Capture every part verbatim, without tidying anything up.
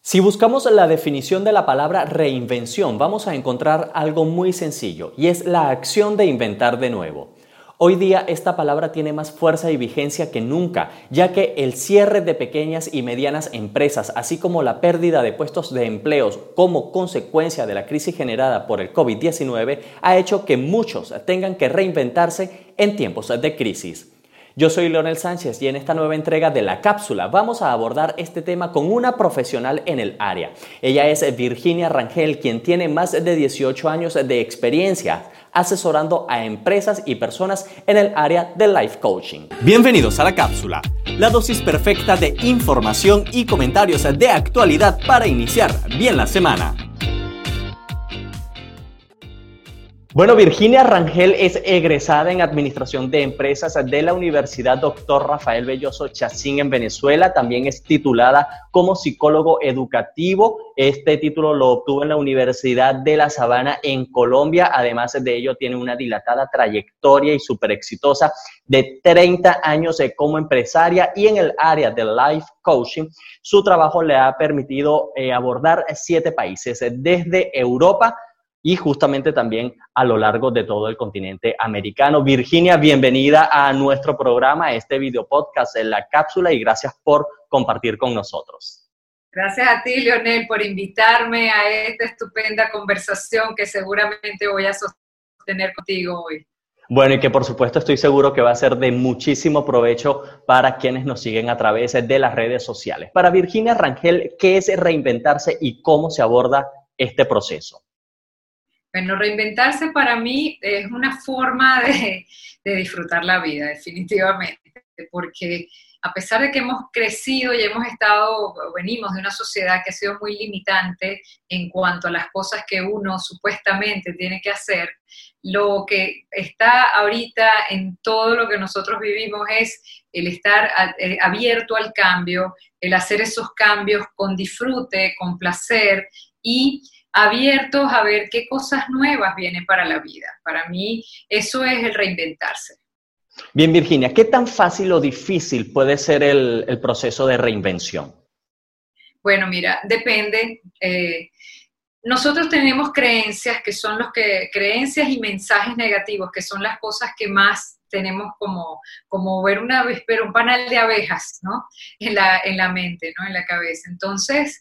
Si buscamos la definición de la palabra reinvención, vamos a encontrar algo muy sencillo y es la acción de inventar de nuevo. Hoy día esta palabra tiene más fuerza y vigencia que nunca, ya que el cierre de pequeñas y medianas empresas, así como la pérdida de puestos de empleos como consecuencia de la crisis generada por el COVID diecinueve, ha hecho que muchos tengan que reinventarse en tiempos de crisis. Yo soy Leonel Sánchez y en esta nueva entrega de La Cápsula vamos a abordar este tema con una profesional en el área. Ella es Virginia Rangel, quien tiene más de dieciocho años de experiencia asesorando a empresas y personas en el área del life coaching. Bienvenidos a La Cápsula, la dosis perfecta de información y comentarios de actualidad para iniciar bien la semana. Bueno, Virginia Rangel es egresada en Administración de Empresas de la Universidad Doctor Rafael Belloso Chacín en Venezuela. También es titulada como psicólogo educativo. Este título lo obtuvo en la Universidad de La Sabana en Colombia. Además de ello, tiene una dilatada trayectoria y súper exitosa de treinta años como empresaria y en el área del life coaching. Su trabajo le ha permitido eh, abordar siete países, desde Europa y justamente también a lo largo de todo el continente americano. Virginia, bienvenida a nuestro programa, a este video podcast en La Cápsula, y gracias por compartir con nosotros. Gracias a ti, Leonel, por invitarme a esta estupenda conversación que seguramente voy a sostener contigo hoy. Bueno, y que por supuesto estoy seguro que va a ser de muchísimo provecho para quienes nos siguen a través de las redes sociales. Para Virginia Rangel, ¿qué es reinventarse y cómo se aborda este proceso? Bueno, reinventarse para mí es una forma de, de disfrutar la vida, definitivamente, porque a pesar de que hemos crecido y hemos estado, venimos de una sociedad que ha sido muy limitante en cuanto a las cosas que uno supuestamente tiene que hacer, lo que está ahorita en todo lo que nosotros vivimos es el estar abierto al cambio, el hacer esos cambios con disfrute, con placer y abiertos a ver qué cosas nuevas vienen para la vida. Para mí, eso es el reinventarse. Bien, Virginia, ¿qué tan fácil o difícil puede ser el, el proceso de reinvención? Bueno, mira, depende. Eh, nosotros tenemos creencias que son los que, creencias y mensajes negativos, que son las cosas que más tenemos como, como ver una, pero un panal de abejas, ¿no? En la, en la mente, ¿no? En la cabeza. Entonces,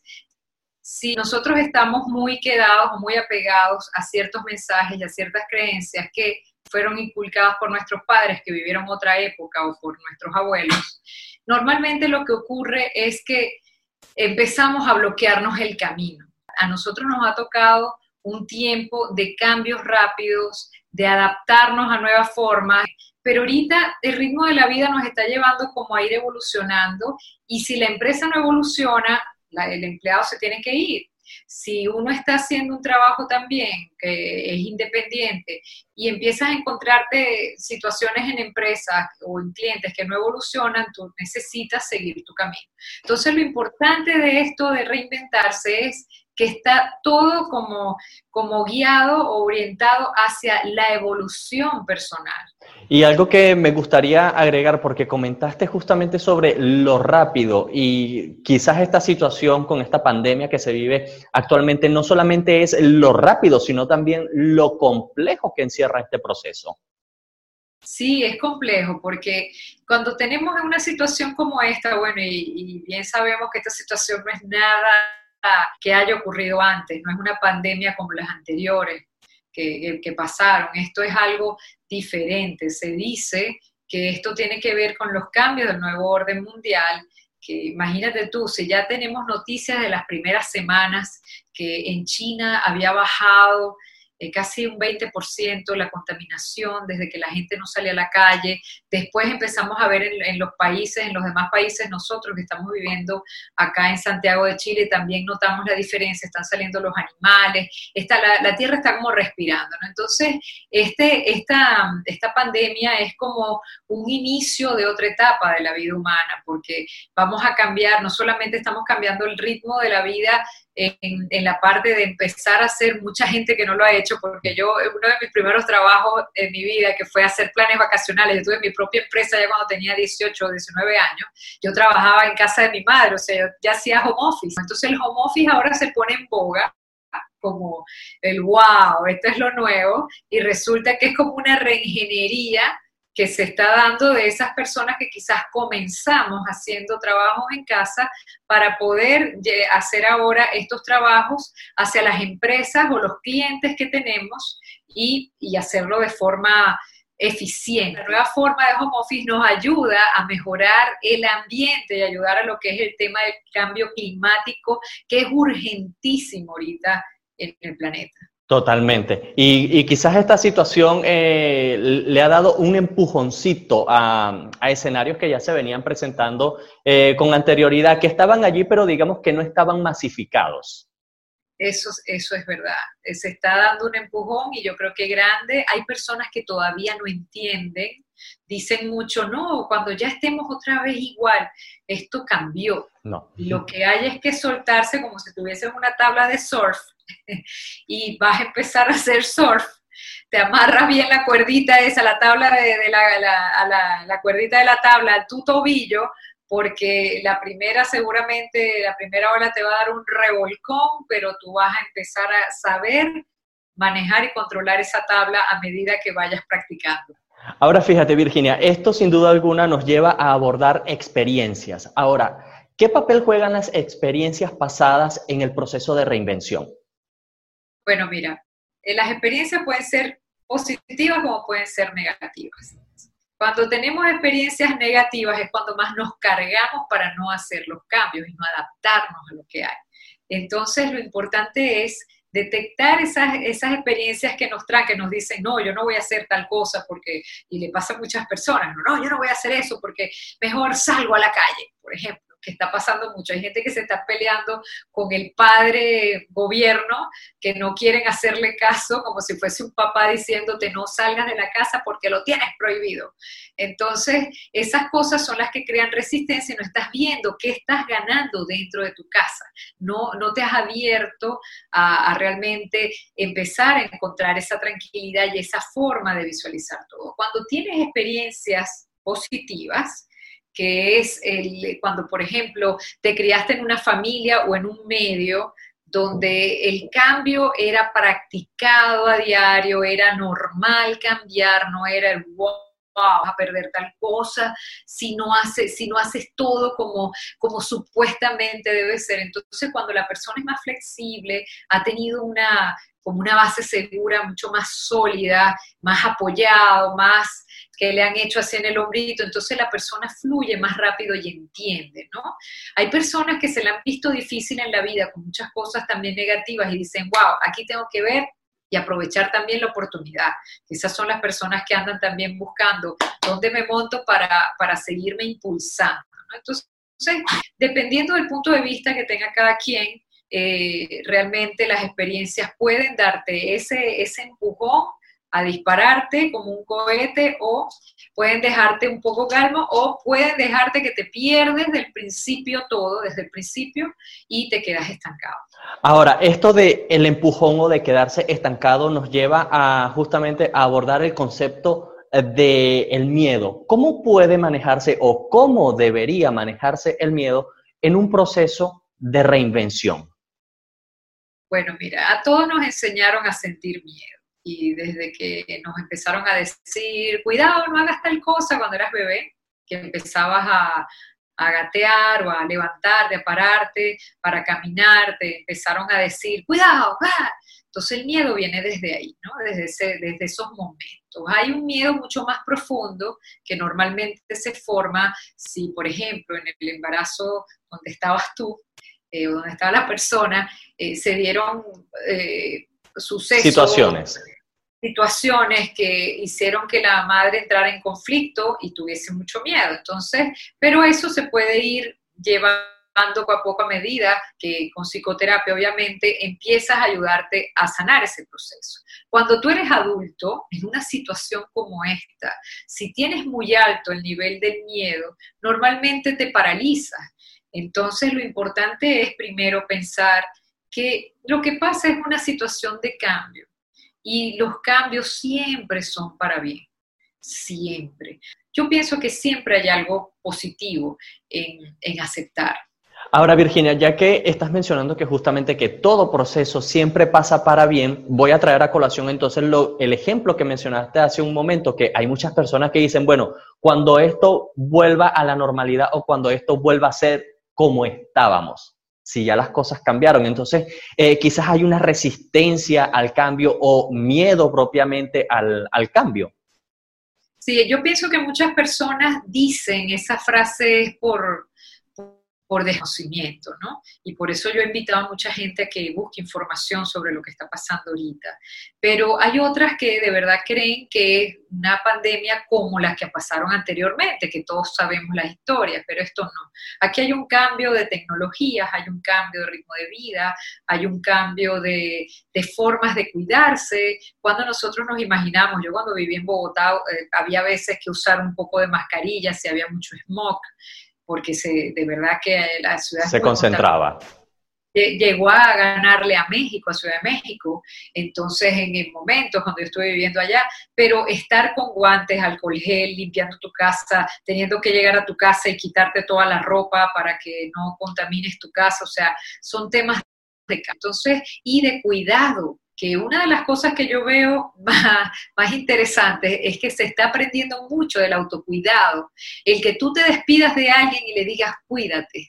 si nosotros estamos muy quedados o muy apegados a ciertos mensajes y a ciertas creencias que fueron inculcadas por nuestros padres que vivieron otra época o por nuestros abuelos, normalmente lo que ocurre es que empezamos a bloquearnos el camino. A nosotros nos ha tocado un tiempo de cambios rápidos, de adaptarnos a nuevas formas, pero ahorita el ritmo de la vida nos está llevando como a ir evolucionando, y si la empresa no evoluciona, La, el empleado se tiene que ir. Si uno está haciendo un trabajo también que es independiente y empiezas a encontrarte situaciones en empresas o en clientes que no evolucionan, tú necesitas seguir tu camino. Entonces, lo importante de esto de reinventarse es que está todo como, como guiado o orientado hacia la evolución personal. Y algo que me gustaría agregar, porque comentaste justamente sobre lo rápido, y quizás esta situación con esta pandemia que se vive actualmente no solamente es lo rápido, sino también lo complejo que encierra este proceso. Sí, es complejo, porque cuando tenemos una situación como esta, bueno, y, y bien sabemos que esta situación no es nada que haya ocurrido antes, no es una pandemia como las anteriores que, que pasaron, esto es algo diferente. Se dice que esto tiene que ver con los cambios del nuevo orden mundial, que imagínate tú, si ya tenemos noticias de las primeras semanas que en China había bajado Eh, casi un veinte por ciento la contaminación desde que la gente no sale a la calle. Después empezamos a ver en, en los países, en los demás países, nosotros que estamos viviendo acá en Santiago de Chile, también notamos la diferencia, están saliendo los animales, está, la, la tierra está como respirando, ¿no? Entonces, este, esta, esta pandemia es como un inicio de otra etapa de la vida humana, porque vamos a cambiar, no solamente estamos cambiando el ritmo de la vida en, en la parte de empezar a hacer, mucha gente que no lo ha hecho, porque yo, uno de mis primeros trabajos en mi vida, que fue hacer planes vacacionales, yo tuve mi propia empresa ya cuando tenía dieciocho o diecinueve años, yo trabajaba en casa de mi madre, o sea, yo ya hacía home office. Entonces el home office ahora se pone en boga, como el wow, esto es lo nuevo, y resulta que es como una reingeniería que se está dando de esas personas que quizás comenzamos haciendo trabajos en casa para poder hacer ahora estos trabajos hacia las empresas o los clientes que tenemos y, y hacerlo de forma eficiente. La nueva forma de home office nos ayuda a mejorar el ambiente y ayudar a lo que es el tema del cambio climático, que es urgentísimo ahorita en el planeta. Totalmente. Y, y quizás esta situación eh, le ha dado un empujoncito a, a escenarios que ya se venían presentando eh, con anterioridad, que estaban allí, pero digamos que no estaban masificados. Eso, eso es verdad. Se está dando un empujón y yo creo que grande. Hay personas que todavía no entienden, dicen mucho, no, cuando ya estemos otra vez igual, esto cambió. No. Lo que hay es que soltarse como si tuvieses una tabla de surf y vas a empezar a hacer surf. Te amarras bien la cuerdita esa, la tabla de, de la, la, a la, la cuerdita de la tabla a tu tobillo, porque la primera seguramente, la primera ola te va a dar un revolcón, pero tú vas a empezar a saber manejar y controlar esa tabla a medida que vayas practicando. Ahora fíjate, Virginia, esto sin duda alguna nos lleva a abordar experiencias. Ahora, ¿qué papel juegan las experiencias pasadas en el proceso de reinvención? Bueno, mira, las experiencias pueden ser positivas como pueden ser negativas. Cuando tenemos experiencias negativas es cuando más nos cargamos para no hacer los cambios y no adaptarnos a lo que hay. Entonces, lo importante es detectar esas, esas experiencias que nos traen, que nos dicen, no, yo no voy a hacer tal cosa porque, y le pasa a muchas personas, no, no, yo no voy a hacer eso porque mejor salgo a la calle, por ejemplo, que está pasando mucho. Hay gente que se está peleando con el padre gobierno, que no quieren hacerle caso, como si fuese un papá diciéndote no salgas de la casa porque lo tienes prohibido. Entonces, esas cosas son las que crean resistencia y no estás viendo qué estás ganando dentro de tu casa. No, no te has abierto a, a realmente empezar a encontrar esa tranquilidad y esa forma de visualizar todo. Cuando tienes experiencias positivas, que es el, cuando, por ejemplo, te criaste en una familia o en un medio donde el cambio era practicado a diario, era normal cambiar, no era el wow, vas a perder tal cosa si no haces, si no haces todo como, como supuestamente debe ser. Entonces, cuando la persona es más flexible, ha tenido una, como una base segura, mucho más sólida, más apoyado, más que le han hecho así en el hombrito, entonces la persona fluye más rápido y entiende, ¿no? Hay personas que se la han visto difícil en la vida, con muchas cosas también negativas, y dicen, wow, aquí tengo que ver y aprovechar también la oportunidad. Esas son las personas que andan también buscando dónde me monto para, para seguirme impulsando, ¿no? Entonces, dependiendo del punto de vista que tenga cada quien, eh, realmente las experiencias pueden darte ese, ese empujón a dispararte como un cohete, o pueden dejarte un poco calmo, o pueden dejarte que te pierdes del principio todo, desde el principio, y te quedas estancado. Ahora, esto de el empujón o de quedarse estancado nos lleva a justamente a abordar el concepto del miedo. ¿Cómo puede manejarse o cómo debería manejarse el miedo en un proceso de reinvención? Bueno, mira, a todos nos enseñaron a sentir miedo. Y desde que nos empezaron a decir, cuidado, no hagas tal cosa cuando eras bebé, que empezabas a, a gatear o a levantarte, a pararte para caminar, te empezaron a decir, cuidado, ¡ah! Entonces el miedo viene desde ahí, ¿no? Desde, ese, desde esos momentos. Hay un miedo mucho más profundo que normalmente se forma si, por ejemplo, en el embarazo donde estabas tú, eh, o donde estaba la persona, eh, se dieron eh, sucesos, situaciones. situaciones que hicieron que la madre entrara en conflicto y tuviese mucho miedo. Entonces, pero eso se puede ir llevando poco a poco a medida que con psicoterapia, obviamente, empiezas a ayudarte a sanar ese proceso. Cuando tú eres adulto, en una situación como esta, si tienes muy alto el nivel del miedo, normalmente te paralizas. Entonces, lo importante es primero pensar que lo que pasa es una situación de cambio y los cambios siempre son para bien, siempre. Yo pienso que siempre hay algo positivo en, en aceptar. Ahora, Virginia, ya que estás mencionando que justamente que todo proceso siempre pasa para bien, voy a traer a colación entonces lo, el ejemplo que mencionaste hace un momento, que hay muchas personas que dicen, bueno, cuando esto vuelva a la normalidad o cuando esto vuelva a ser como estábamos, si ya las cosas cambiaron, entonces eh, quizás hay una resistencia al cambio o miedo propiamente al, al cambio. Sí, yo pienso que muchas personas dicen esas frases por... por desconocimiento, ¿no? Y por eso yo he invitado a mucha gente a que busque información sobre lo que está pasando ahorita. Pero hay otras que de verdad creen que es una pandemia como las que pasaron anteriormente, que todos sabemos las historias, pero esto no. Aquí hay un cambio de tecnologías, hay un cambio de ritmo de vida, hay un cambio de, de formas de cuidarse. Cuando nosotros nos imaginamos, yo cuando viví en Bogotá, eh, había veces que usar un poco de mascarilla si había mucho smog, porque se, de verdad que la ciudad se concentraba. Llegó a ganarle a México, a Ciudad de México, entonces en el momento cuando yo estuve viviendo allá, pero estar con guantes, alcohol gel, limpiando tu casa, teniendo que llegar a tu casa y quitarte toda la ropa para que no contamines tu casa, o sea, son temas de entonces y de cuidado, que una de las cosas que yo veo más, más interesantes es que se está aprendiendo mucho del autocuidado. El que tú te despidas de alguien y le digas, cuídate.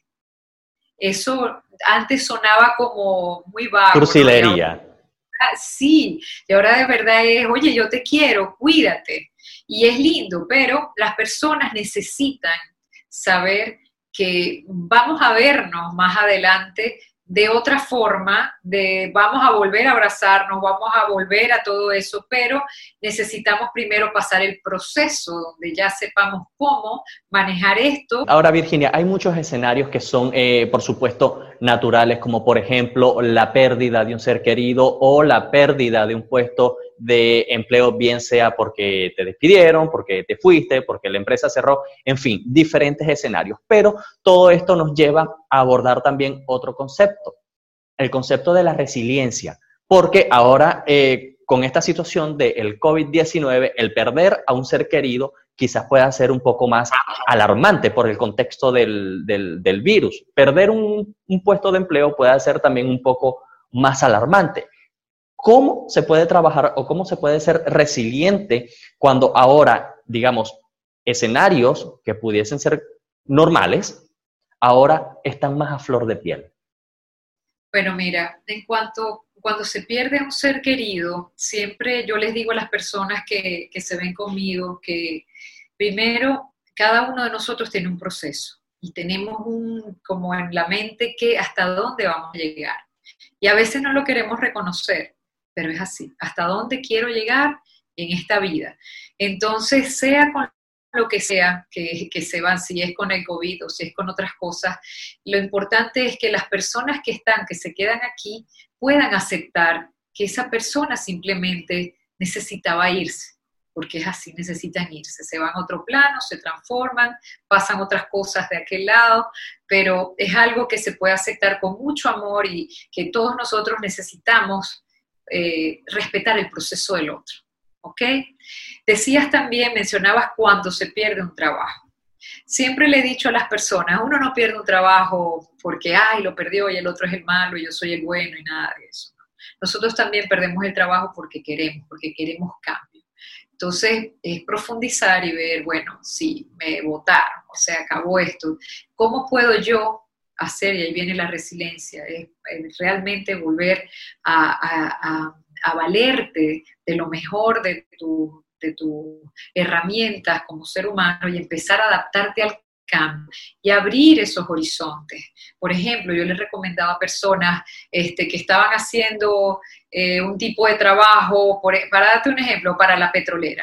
Eso antes sonaba como muy vago. Cursilería. ¿No? Ahora, sí, y ahora de verdad es, oye, yo te quiero, cuídate. Y es lindo, pero las personas necesitan saber que vamos a vernos más adelante de otra forma, de vamos a volver a abrazarnos, vamos a volver a todo eso, pero necesitamos primero pasar el proceso donde ya sepamos cómo manejar esto. Ahora, Virginia, hay muchos escenarios que son, eh, por supuesto, naturales, como por ejemplo la pérdida de un ser querido o la pérdida de un puesto de empleo, bien sea porque te despidieron, porque te fuiste, porque la empresa cerró, en fin, diferentes escenarios. Pero todo esto nos lleva a abordar también otro concepto, el concepto de la resiliencia, porque ahora eh, con esta situación del COVID diecinueve, el perder a un ser querido quizás pueda ser un poco más alarmante por el contexto del, del, del virus. Perder un, un puesto de empleo puede ser también un poco más alarmante. ¿Cómo se puede trabajar o cómo se puede ser resiliente cuando ahora, digamos, escenarios que pudiesen ser normales, ahora están más a flor de piel? Bueno, mira, en cuanto cuando se pierde un ser querido, siempre yo les digo a las personas que, que se ven conmigo que primero cada uno de nosotros tiene un proceso y tenemos un, como en la mente que hasta dónde vamos a llegar. Y a veces no lo queremos reconocer, pero es así, hasta dónde quiero llegar en esta vida. Entonces, sea con lo que sea que, que se van, si es con el COVID o si es con otras cosas, lo importante es que las personas que están, que se quedan aquí, puedan aceptar que esa persona simplemente necesitaba irse, porque es así, necesitan irse, se van a otro plano, se transforman, pasan otras cosas de aquel lado, pero es algo que se puede aceptar con mucho amor y que todos nosotros necesitamos eh, respetar el proceso del otro. ¿Ok? Decías también, mencionabas cuando se pierde un trabajo. Siempre le he dicho a las personas, uno no pierde un trabajo porque, ay, lo perdió y el otro es el malo y yo soy el bueno y nada de eso. Nosotros también perdemos el trabajo porque queremos, porque queremos cambio. Entonces, es profundizar y ver, bueno, sí, me votaron, o sea, acabó esto. ¿Cómo puedo yo hacer? Y ahí viene la resiliencia, es, es realmente volver a, a, a a valerte de lo mejor de tus de tu herramientas como ser humano y empezar a adaptarte al cambio y abrir esos horizontes. Por ejemplo, yo les recomendaba a personas este, que estaban haciendo eh, un tipo de trabajo, por, para darte un ejemplo, para la petrolera,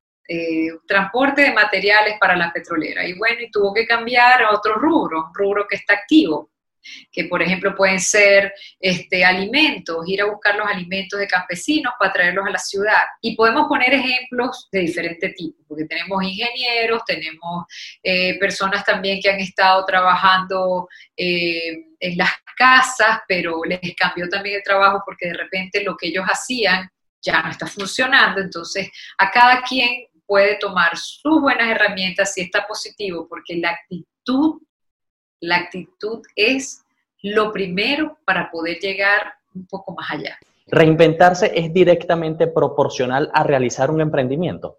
eh, transporte de materiales para la petrolera, y bueno, y tuvo que cambiar a otro rubro, un rubro que está activo. que por ejemplo pueden ser este, alimentos, ir a buscar los alimentos de campesinos para traerlos a la ciudad. Y podemos poner ejemplos de diferente tipo, porque tenemos ingenieros, tenemos eh, personas también que han estado trabajando eh, en las casas, pero les cambió también el trabajo porque de repente lo que ellos hacían ya no está funcionando. Entonces, a cada quien puede tomar sus buenas herramientas si está positivo, porque la actitud La actitud es lo primero para poder llegar un poco más allá. ¿Reinventarse es directamente proporcional a realizar un emprendimiento?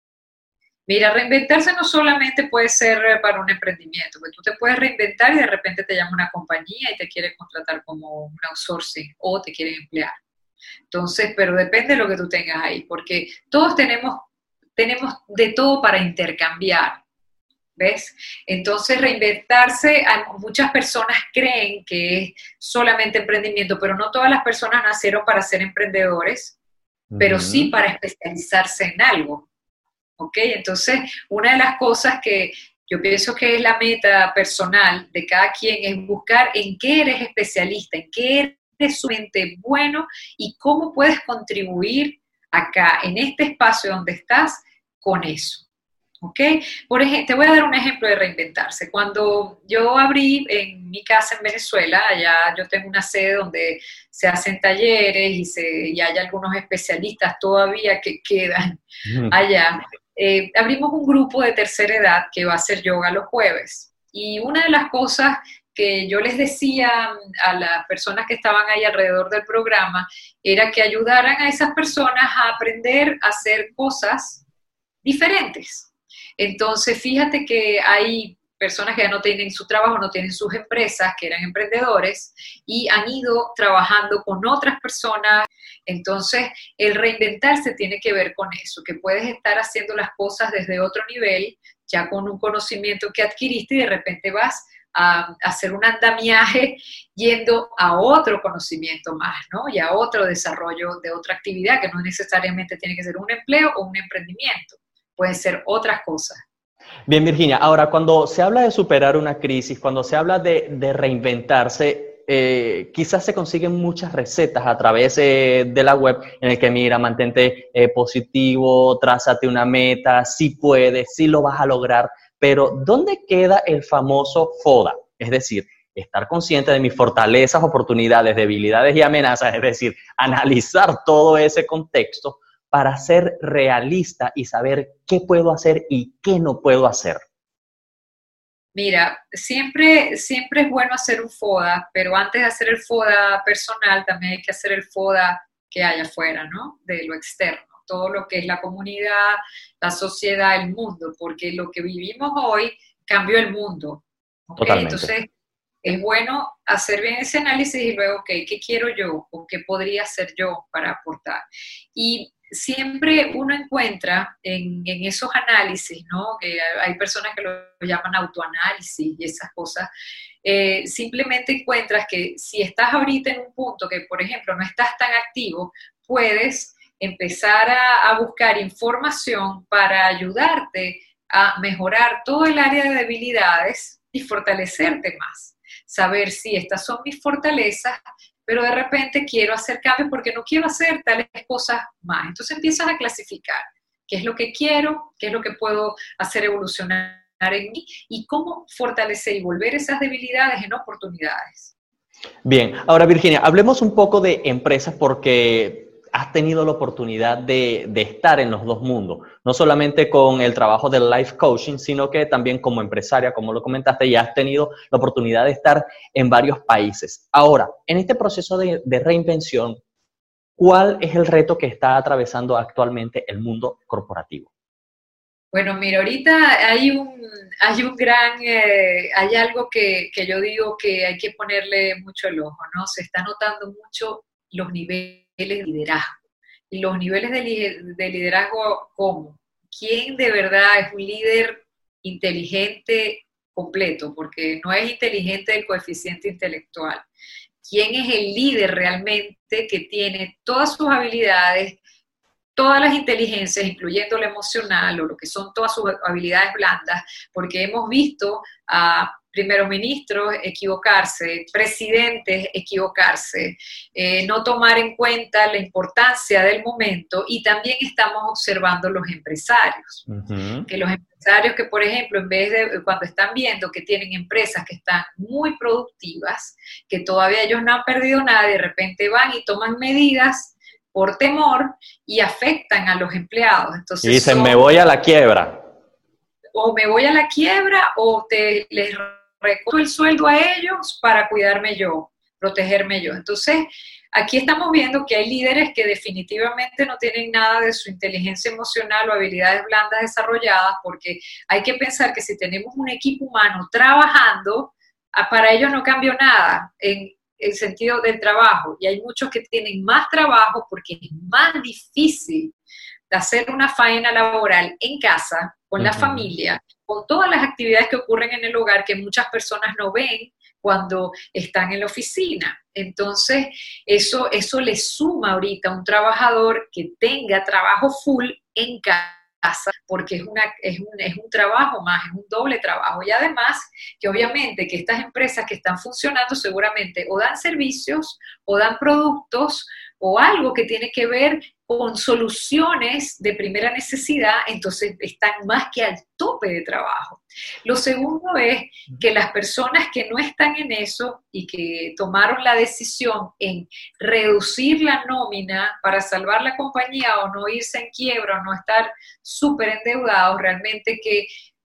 Mira, reinventarse no solamente puede ser para un emprendimiento, porque tú te puedes reinventar y de repente te llama una compañía y te quiere contratar como un outsourcing o te quieren emplear. Entonces, pero depende de lo que tú tengas ahí, porque todos tenemos, tenemos de todo para intercambiar. ¿Ves? Entonces, reinventarse, muchas personas creen que es solamente emprendimiento, pero no todas las personas nacieron para ser emprendedores, uh-huh. pero sí para especializarse en algo. ¿Ok? Entonces, una de las cosas que yo pienso que es la meta personal de cada quien es buscar en qué eres especialista, en qué eres sumamente bueno y cómo puedes contribuir acá, en este espacio donde estás, con eso. ¿Ok? Por ejemplo, te voy a dar un ejemplo de reinventarse. Cuando yo abrí en mi casa en Venezuela, allá yo tengo una sede donde se hacen talleres y, se, y hay algunos especialistas todavía que quedan allá. Eh, abrimos un grupo de tercera edad que va a hacer yoga los jueves. Y una de las cosas que yo les decía a las personas que estaban ahí alrededor del programa era que ayudaran a esas personas a aprender a hacer cosas diferentes. Entonces, fíjate que hay personas que ya no tienen su trabajo, no tienen sus empresas, que eran emprendedores, y han ido trabajando con otras personas. Entonces, el reinventarse tiene que ver con eso, que puedes estar haciendo las cosas desde otro nivel, ya con un conocimiento que adquiriste, y de repente vas a hacer un andamiaje yendo a otro conocimiento más, ¿no? Y a otro desarrollo de otra actividad, que no necesariamente tiene que ser un empleo o un emprendimiento. Pueden ser otras cosas. Bien, Virginia, ahora cuando se habla de superar una crisis, cuando se habla de, de reinventarse, eh, quizás se consiguen muchas recetas a través eh, de la web en el que mira, mantente eh, positivo, trázate una meta, si puedes, si lo vas a lograr, pero ¿dónde queda el famoso FODA? Es decir, estar consciente de mis fortalezas, oportunidades, debilidades y amenazas, es decir, analizar todo ese contexto para ser realista y saber qué puedo hacer y qué no puedo hacer. Mira, siempre, siempre es bueno hacer un FODA, pero antes de hacer el FODA personal, también hay que hacer el FODA que hay afuera, ¿no? De lo externo, todo lo que es la comunidad, la sociedad, el mundo, porque lo que vivimos hoy cambió el mundo. ¿Okay? Totalmente. Entonces, es bueno hacer bien ese análisis y luego, ok, ¿qué quiero yo? ¿O qué podría hacer yo para aportar? Y siempre uno encuentra en, en esos análisis, ¿no? Que hay personas que lo llaman autoanálisis y esas cosas, eh, simplemente encuentras que si estás ahorita en un punto que, por ejemplo, no estás tan activo, puedes empezar a, a buscar información para ayudarte a mejorar todo el área de debilidades y fortalecerte más. Saber si estas son mis fortalezas, pero de repente quiero hacer cambios porque no quiero hacer tales cosas más. Entonces empiezas a clasificar qué es lo que quiero, qué es lo que puedo hacer evolucionar en mí y cómo fortalecer y volver esas debilidades en oportunidades. Bien, ahora Virginia, hablemos un poco de empresas porque has tenido la oportunidad de, de estar en los dos mundos, no solamente con el trabajo del life coaching, sino que también como empresaria, como lo comentaste, ya has tenido la oportunidad de estar en varios países. Ahora, en este proceso de, de reinvención, ¿cuál es el reto que está atravesando actualmente el mundo corporativo? Bueno, mira, ahorita hay un, hay un gran, eh, hay algo que, que yo digo que hay que ponerle mucho el ojo, ¿no? Se está notando mucho los niveles de liderazgo. Y los niveles de, li de liderazgo, ¿cómo? ¿Quién de verdad es un líder inteligente completo? Porque no es inteligente el coeficiente intelectual. ¿Quién es el líder realmente que tiene todas sus habilidades, todas las inteligencias, incluyendo la emocional o lo que son todas sus habilidades blandas? Porque hemos visto a primeros ministros equivocarse, presidentes equivocarse, eh, no tomar en cuenta la importancia del momento, y también estamos observando los empresarios. Uh-huh. Que los empresarios que, por ejemplo, en vez de cuando están viendo que tienen empresas que están muy productivas, que todavía ellos no han perdido nada, de repente van y toman medidas por temor y afectan a los empleados. Entonces, y dicen, son, me voy a la quiebra. O me voy a la quiebra o te les recorto el sueldo a ellos para cuidarme yo, protegerme yo. Entonces, aquí estamos viendo que hay líderes que definitivamente no tienen nada de su inteligencia emocional o habilidades blandas desarrolladas, porque hay que pensar que si tenemos un equipo humano trabajando, para ellos no cambió nada en el sentido del trabajo, y hay muchos que tienen más trabajo porque es más difícil de hacer una faena laboral en casa, con la uh-huh. familia, con todas las actividades que ocurren en el hogar que muchas personas no ven cuando están en la oficina. Entonces, eso, eso le suma ahorita a un trabajador que tenga trabajo full en casa, porque es, una, es, un, es un trabajo más, es un doble trabajo. Y además, que obviamente que estas empresas que están funcionando seguramente o dan servicios o dan productos o algo que tiene que ver con soluciones de primera necesidad, entonces están más que al tope de trabajo. Lo segundo es que las personas que no están en eso y que tomaron la decisión en reducir la nómina para salvar la compañía o no irse en quiebra o no estar súper endeudados, realmente que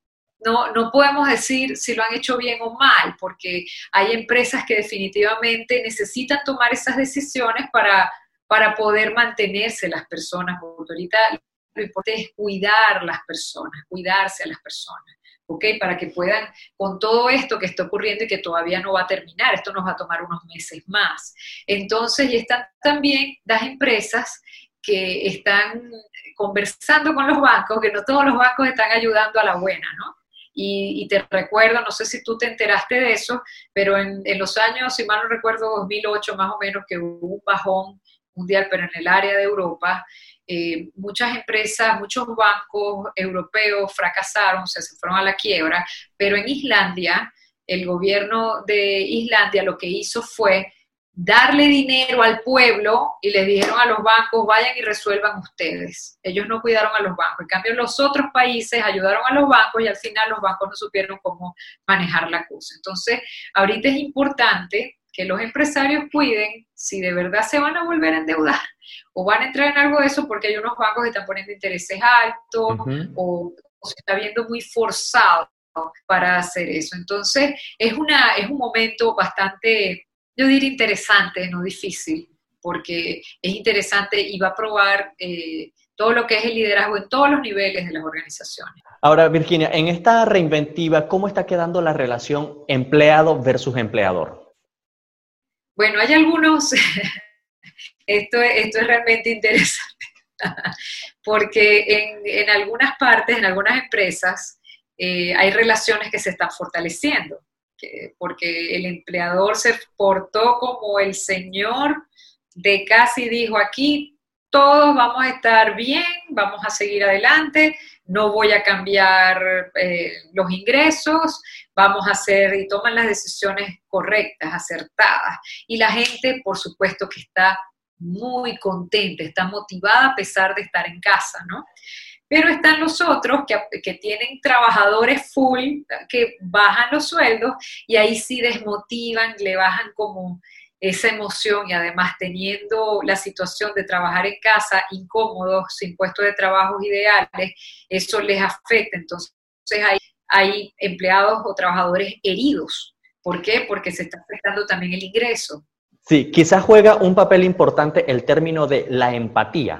No, no podemos decir si lo han hecho bien o mal, porque hay empresas que definitivamente necesitan tomar esas decisiones para, para poder mantenerse las personas, porque ahorita lo importante es cuidar las personas, cuidarse a las personas, ¿ok? Para que puedan, con todo esto que está ocurriendo y que todavía no va a terminar, esto nos va a tomar unos meses más. Entonces, y están también las empresas que están conversando con los bancos, que no todos los bancos están ayudando a la buena, ¿no? Y, y te recuerdo, no sé si tú te enteraste de eso, pero en, en los años, si mal no recuerdo, dos mil ocho más o menos, que hubo un bajón mundial, pero en el área de Europa, eh, muchas empresas, muchos bancos europeos fracasaron, o sea, se fueron a la quiebra, pero en Islandia, el gobierno de Islandia lo que hizo fue darle dinero al pueblo y les dijeron a los bancos, vayan y resuelvan ustedes. Ellos no cuidaron a los bancos. En cambio, los otros países ayudaron a los bancos y al final los bancos no supieron cómo manejar la cosa. Entonces, ahorita es importante que los empresarios cuiden si de verdad se van a volver a endeudar o van a entrar en algo de eso, porque hay unos bancos que están poniendo intereses altos uh-huh. o, o se está viendo muy forzado para hacer eso. Entonces, es, una, es un momento bastante, yo diría interesante, no difícil, porque es interesante y va a probar eh, todo lo que es el liderazgo en todos los niveles de las organizaciones. Ahora, Virginia, en esta reinventiva, ¿cómo está quedando la relación empleado versus empleador? Bueno, hay algunos, esto, esto es realmente interesante, porque en, en algunas partes, en algunas empresas, eh, hay relaciones que se están fortaleciendo. Porque el empleador se portó como el señor de casa y dijo, aquí todos vamos a estar bien, vamos a seguir adelante, no voy a cambiar eh, los ingresos, vamos a hacer, y toman las decisiones correctas, acertadas. Y la gente, por supuesto, que está muy contenta, está motivada a pesar de estar en casa, ¿no? Pero están los otros que, que tienen trabajadores full, que bajan los sueldos y ahí sí desmotivan, le bajan como esa emoción, y además teniendo la situación de trabajar en casa incómodos, sin puestos de trabajo ideales, eso les afecta. Entonces hay, hay empleados o trabajadores heridos. ¿Por qué? Porque se está afectando también el ingreso. Sí, quizás juega un papel importante el término de la empatía.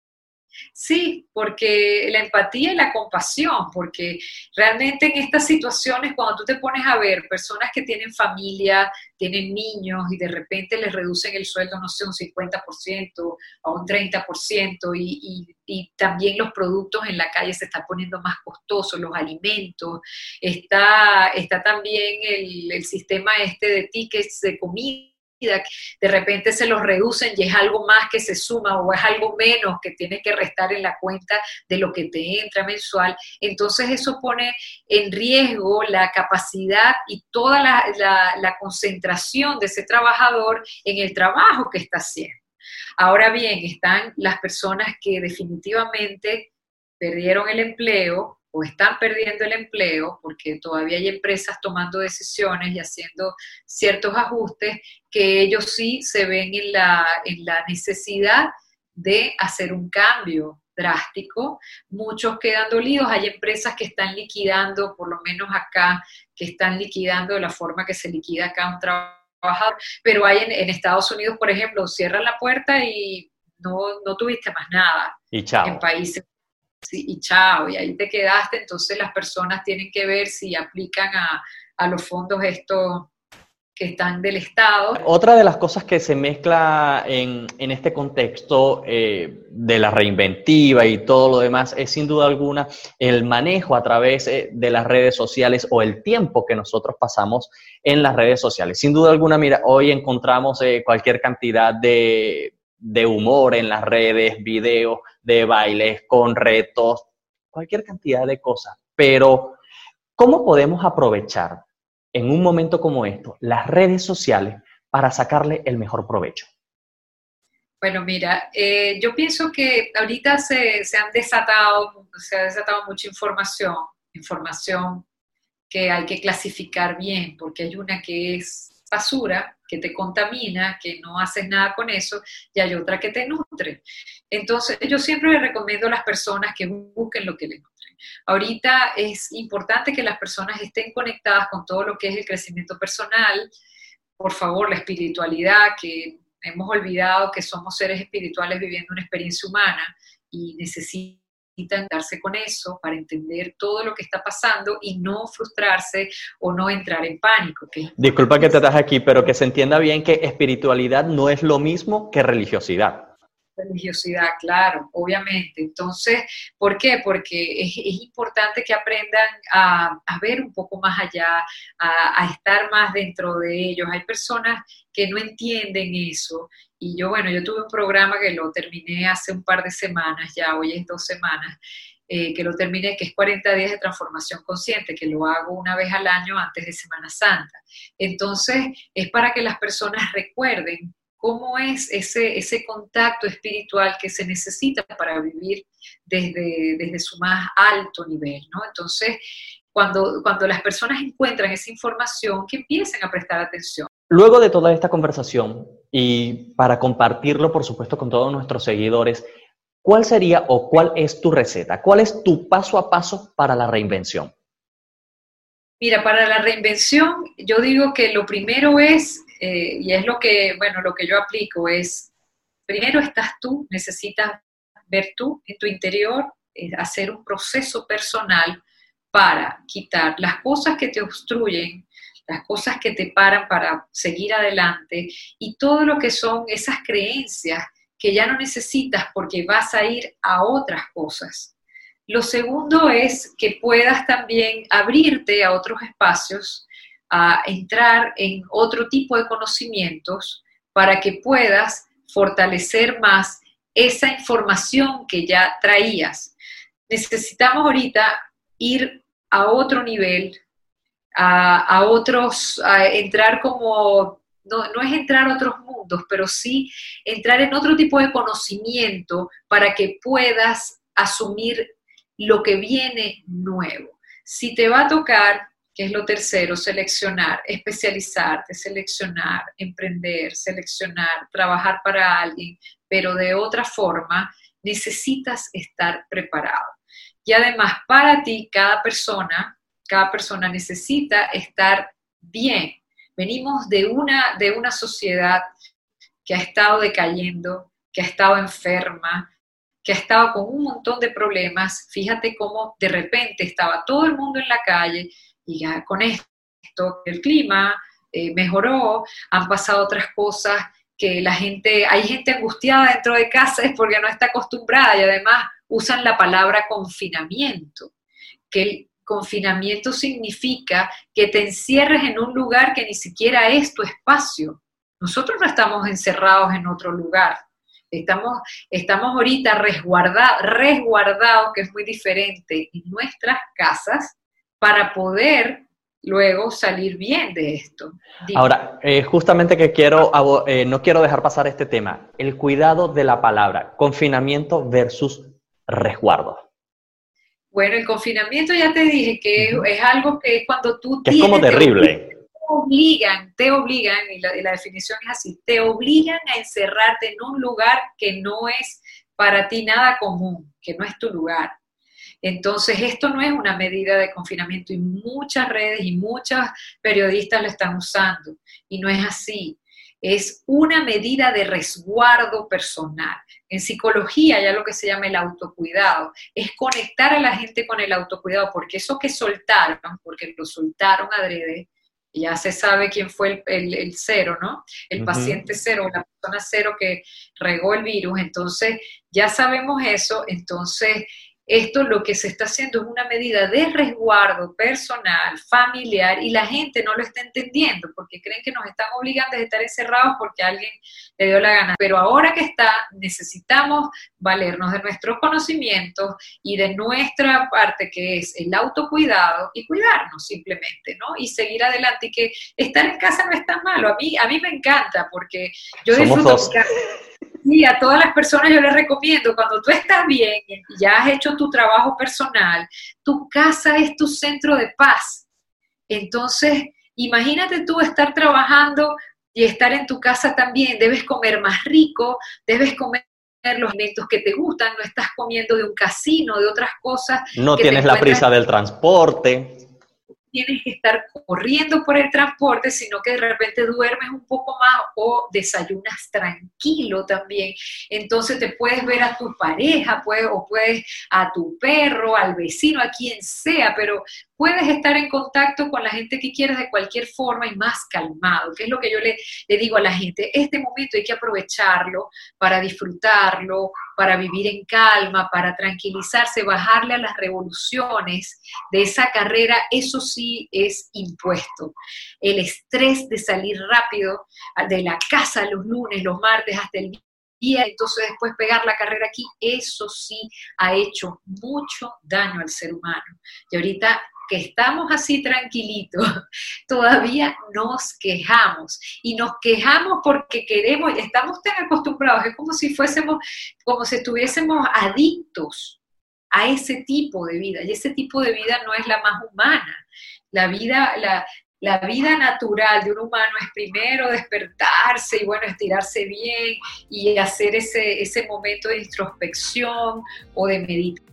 Sí, porque la empatía y la compasión, porque realmente en estas situaciones, cuando tú te pones a ver personas que tienen familia, tienen niños y de repente les reducen el sueldo, no sé, un cincuenta por ciento o un treinta por ciento y, y, y también los productos en la calle se están poniendo más costosos, los alimentos, está, está también el, el sistema este de tickets de comida, de repente se los reducen y es algo más que se suma o es algo menos que tienes que restar en la cuenta de lo que te entra mensual. Entonces eso pone en riesgo la capacidad y toda la, la, la concentración de ese trabajador en el trabajo que está haciendo. Ahora bien, están las personas que definitivamente perdieron el empleo o están perdiendo el empleo, porque todavía hay empresas tomando decisiones y haciendo ciertos ajustes, que ellos sí se ven en la, en la necesidad de hacer un cambio drástico. Muchos quedan dolidos, hay empresas que están liquidando, por lo menos acá, que están liquidando de la forma que se liquida acá un trabajador, pero hay en, en Estados Unidos, por ejemplo, cierran la puerta y no, no tuviste más nada. Y chao. En países Sí, y chao, y ahí te quedaste. Entonces las personas tienen que ver si aplican a, a los fondos estos que están del Estado. Otra de las cosas que se mezcla en, en este contexto eh, de la reinventiva y todo lo demás es sin duda alguna el manejo a través eh, de las redes sociales o el tiempo que nosotros pasamos en las redes sociales. Sin duda alguna, mira, hoy encontramos eh, cualquier cantidad de, de humor en las redes, videos de bailes con retos, cualquier cantidad de cosas. Pero, ¿cómo podemos aprovechar en un momento como esto las redes sociales para sacarle el mejor provecho? Bueno, mira, eh, yo pienso que ahorita se, se han desatado, se ha desatado mucha información, información que hay que clasificar bien, porque hay una que es basura, que te contamina, que no haces nada con eso, y hay otra que te nutre. Entonces, yo siempre les recomiendo a las personas que busquen lo que les nutre. Ahorita es importante que las personas estén conectadas con todo lo que es el crecimiento personal, por favor, la espiritualidad, que hemos olvidado que somos seres espirituales viviendo una experiencia humana y necesitan darse con eso para entender todo lo que está pasando y no frustrarse o no entrar en pánico. Que Disculpa que te deje aquí, pero que se entienda bien que espiritualidad no es lo mismo que religiosidad. Religiosidad, claro, obviamente. Entonces, ¿por qué? Porque es, es importante que aprendan a, a ver un poco más allá, a, a estar más dentro de ellos. Hay personas que no entienden eso. Y yo, bueno, yo tuve un programa que lo terminé hace un par de semanas, ya hoy es dos semanas, eh, que lo terminé, que es cuarenta días de transformación consciente, que lo hago una vez al año antes de Semana Santa. Entonces, es para que las personas recuerden cómo es ese, ese contacto espiritual que se necesita para vivir desde, desde su más alto nivel, ¿no? Entonces, cuando, cuando las personas encuentran esa información, que empiecen a prestar atención. Luego de toda esta conversación, y para compartirlo, por supuesto, con todos nuestros seguidores, ¿cuál sería o cuál es tu receta? ¿Cuál es tu paso a paso para la reinvención? Mira, para la reinvención, yo digo que lo primero es, eh, y es lo que, bueno, lo que yo aplico, es, primero estás tú, necesitas ver tú en tu interior, eh, hacer un proceso personal para quitar las cosas que te obstruyen, las cosas que te paran para seguir adelante y todo lo que son esas creencias que ya no necesitas porque vas a ir a otras cosas. Lo segundo es que puedas también abrirte a otros espacios, a entrar en otro tipo de conocimientos para que puedas fortalecer más esa información que ya traías. Necesitamos ahorita ir a otro nivel, a, a otros, a entrar como, no, no es entrar a otros mundos, pero sí entrar en otro tipo de conocimiento para que puedas asumir lo que viene nuevo. Si te va a tocar, que es lo tercero, seleccionar, especializarte, seleccionar, emprender, seleccionar, trabajar para alguien, pero de otra forma, necesitas estar preparado. Y además, para ti, cada persona, cada persona necesita estar bien. Venimos de una, de una sociedad que ha estado decayendo, que ha estado enferma, que ha estado con un montón de problemas. Fíjate cómo de repente estaba todo el mundo en la calle y ya con esto, el clima eh, mejoró, han pasado otras cosas, que la gente, hay gente angustiada dentro de casa es porque no está acostumbrada y además usan la palabra confinamiento, que el confinamiento significa que te encierres en un lugar que ni siquiera es tu espacio. Nosotros no estamos encerrados en otro lugar. Estamos, estamos ahorita resguardados, resguardados, que es muy diferente, en nuestras casas para poder luego salir bien de esto. Dime. Ahora, eh, justamente que quiero, eh, no quiero dejar pasar este tema, el cuidado de la palabra, confinamiento versus resguardo. Bueno, el confinamiento ya te dije que uh-huh. es algo que cuando tú que tienes... es como terrible. Te obligan, te obligan, y la, y la definición es así, te obligan a encerrarte en un lugar que no es para ti nada común, que no es tu lugar. Entonces, esto no es una medida de confinamiento y muchas redes y muchos periodistas lo están usando y no es así. Es una medida de resguardo personal. En psicología ya lo que se llama el autocuidado es conectar a la gente con el autocuidado, porque eso que soltaron, porque lo soltaron adrede, ya se sabe quién fue el, el, el cero, ¿no? El uh-huh. paciente cero, la persona cero que regó el virus. Entonces, ya sabemos eso, entonces... Esto lo que se está haciendo es una medida de resguardo personal, familiar, y la gente no lo está entendiendo porque creen que nos están obligando a estar encerrados porque alguien le dio la gana. Pero ahora que está, necesitamos valernos de nuestros conocimientos y de nuestra parte, que es el autocuidado, y cuidarnos simplemente, ¿no? Y seguir adelante, y que estar en casa no es tan malo. A mí, a mí me encanta porque yo Somos disfruto... dos. Y a todas las personas yo les recomiendo, cuando tú estás bien y ya has hecho tu trabajo personal, tu casa es tu centro de paz. Entonces, imagínate tú estar trabajando y estar en tu casa también. Debes comer más rico, debes comer los alimentos que te gustan, no estás comiendo de un casino, de otras cosas. No tienes la prisa del transporte. Tienes que estar corriendo por el transporte, sino que de repente duermes un poco más o desayunas tranquilo también. Entonces te puedes ver a tu pareja, puedes, o puedes a tu perro, al vecino, a quien sea, pero puedes estar en contacto con la gente que quieres de cualquier forma y más calmado, que es lo que yo le, le digo a la gente. Este momento hay que aprovecharlo para disfrutarlo, para vivir en calma, para tranquilizarse, bajarle a las revoluciones de esa carrera. Eso sí es impuesto. El estrés de salir rápido de la casa los lunes, los martes, hasta el día, entonces después pegar la carrera aquí, eso sí ha hecho mucho daño al ser humano. Y ahorita que estamos así tranquilitos, todavía nos quejamos, y nos quejamos porque queremos, estamos tan acostumbrados, es como si fuésemos, como si estuviésemos adictos a ese tipo de vida, y ese tipo de vida no es la más humana. La vida, la, la vida natural de un humano es primero despertarse y bueno, estirarse bien y hacer ese, ese momento de introspección o de meditación,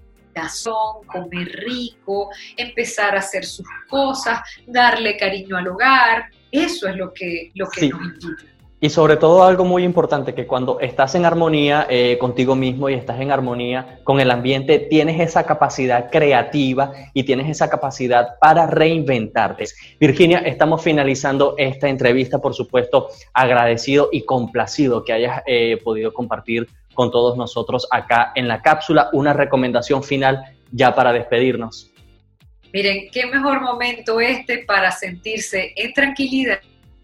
comer rico, empezar a hacer sus cosas, darle cariño al hogar. Eso es lo que, lo que sí. nos invita. Y sobre todo algo muy importante, que cuando estás en armonía eh, contigo mismo y estás en armonía con el ambiente, tienes esa capacidad creativa y tienes esa capacidad para reinventarte. Virginia, estamos finalizando esta entrevista, por supuesto, agradecido y complacido que hayas eh, podido compartir con todos nosotros acá en la cápsula. Una recomendación final ya para despedirnos. Miren, qué mejor momento este para sentirse en tranquilidad,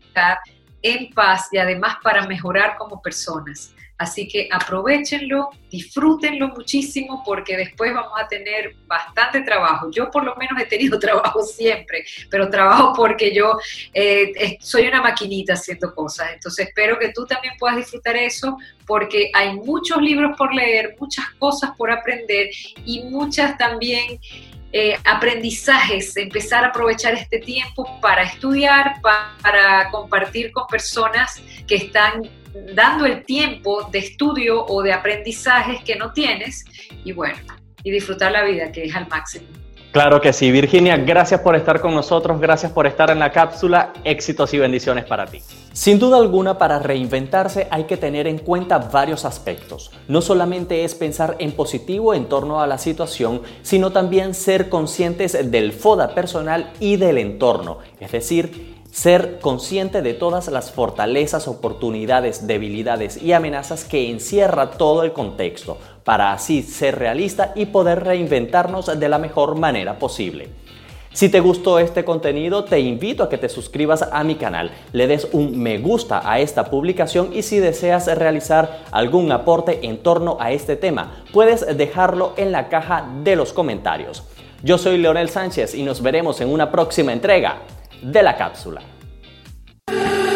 en paz y además para mejorar como personas. Así que aprovechenlo, disfrútenlo muchísimo porque después vamos a tener bastante trabajo. Yo por lo menos he tenido trabajo siempre, pero trabajo porque yo eh, soy una maquinita haciendo cosas. Entonces espero que tú también puedas disfrutar eso porque hay muchos libros por leer, muchas cosas por aprender y muchas también Eh, aprendizajes, empezar a aprovechar este tiempo para estudiar, pa- para compartir con personas que están dando el tiempo de estudio o de aprendizajes que no tienes y bueno, y disfrutar la vida, que es al máximo. Claro que sí. Virginia, gracias por estar con nosotros, gracias por estar en la cápsula, éxitos y bendiciones para ti. Sin duda alguna, para reinventarse hay que tener en cuenta varios aspectos. No solamente es pensar en positivo en torno a la situación, sino también ser conscientes del FODA personal y del entorno, es decir, ser consciente de todas las fortalezas, oportunidades, debilidades y amenazas que encierra todo el contexto, para así ser realista y poder reinventarnos de la mejor manera posible. Si te gustó este contenido, te invito a que te suscribas a mi canal, le des un me gusta a esta publicación y si deseas realizar algún aporte en torno a este tema, puedes dejarlo en la caja de los comentarios. Yo soy Leonel Sánchez y nos veremos en una próxima entrega de La Cápsula.